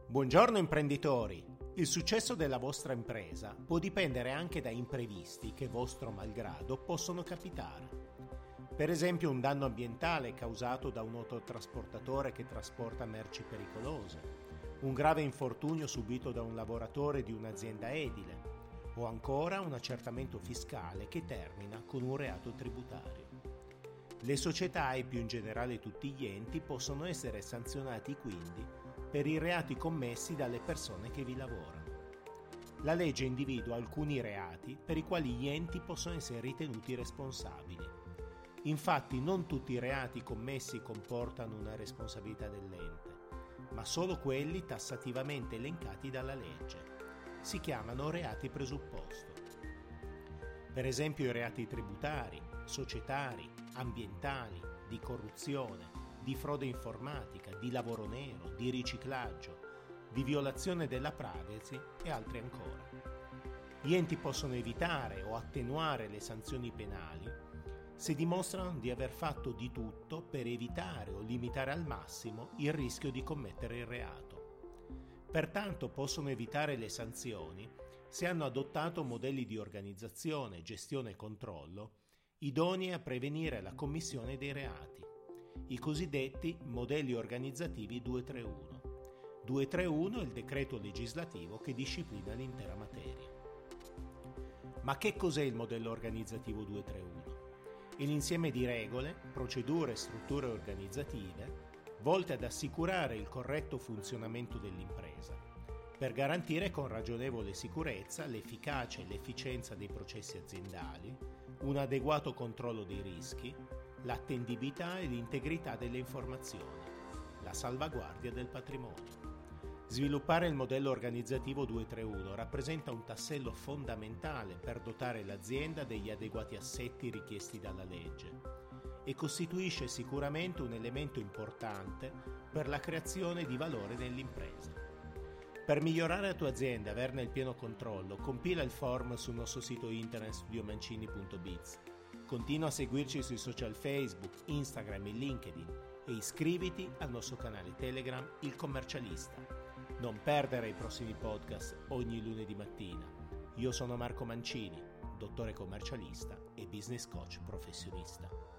Buongiorno imprenditori! Il successo della vostra impresa può dipendere anche da imprevisti che, vostro malgrado, possono capitare. Per esempio un danno ambientale causato da un autotrasportatore che trasporta merci pericolose, un grave infortunio subito da un lavoratore di un'azienda edile, o ancora un accertamento fiscale che termina con un reato tributario. Le società e più in generale tutti gli enti possono essere sanzionati quindi per i reati commessi dalle persone che vi lavorano. La legge individua alcuni reati per i quali gli enti possono essere ritenuti responsabili. Infatti non tutti i reati commessi comportano una responsabilità dell'ente, ma solo quelli tassativamente elencati dalla legge. Si chiamano reati presupposto. Per esempio i reati tributari, societari, ambientali, di corruzione, di frode informatica, di lavoro nero, di riciclaggio, di violazione della privacy e altri ancora. Gli enti possono evitare o attenuare le sanzioni penali se dimostrano di aver fatto di tutto per evitare o limitare al massimo il rischio di commettere il reato. Pertanto possono evitare le sanzioni se hanno adottato modelli di organizzazione, gestione e controllo idonei a prevenire la commissione dei reati, i cosiddetti modelli organizzativi 231. 231 è il decreto legislativo che disciplina l'intera materia. Ma che cos'è il modello organizzativo 231? È l'insieme di regole, procedure e strutture organizzative volte ad assicurare il corretto funzionamento dell'impresa, per garantire con ragionevole sicurezza l'efficacia e l'efficienza dei processi aziendali, un adeguato controllo dei rischi, l'attendibilità e l'integrità delle informazioni, la salvaguardia del patrimonio. Sviluppare il modello organizzativo 231 rappresenta un tassello fondamentale per dotare l'azienda degli adeguati assetti richiesti dalla legge e costituisce sicuramente un elemento importante per la creazione di valore nell'impresa. Per migliorare la tua azienda e averne il pieno controllo, compila il form sul nostro sito internet studiomancini.biz. Continua a seguirci sui social Facebook, Instagram e LinkedIn e iscriviti al nostro canale Telegram Il Commercialista. Non perdere i prossimi podcast ogni lunedì mattina. Io sono Marco Mancini, dottore commercialista e business coach professionista.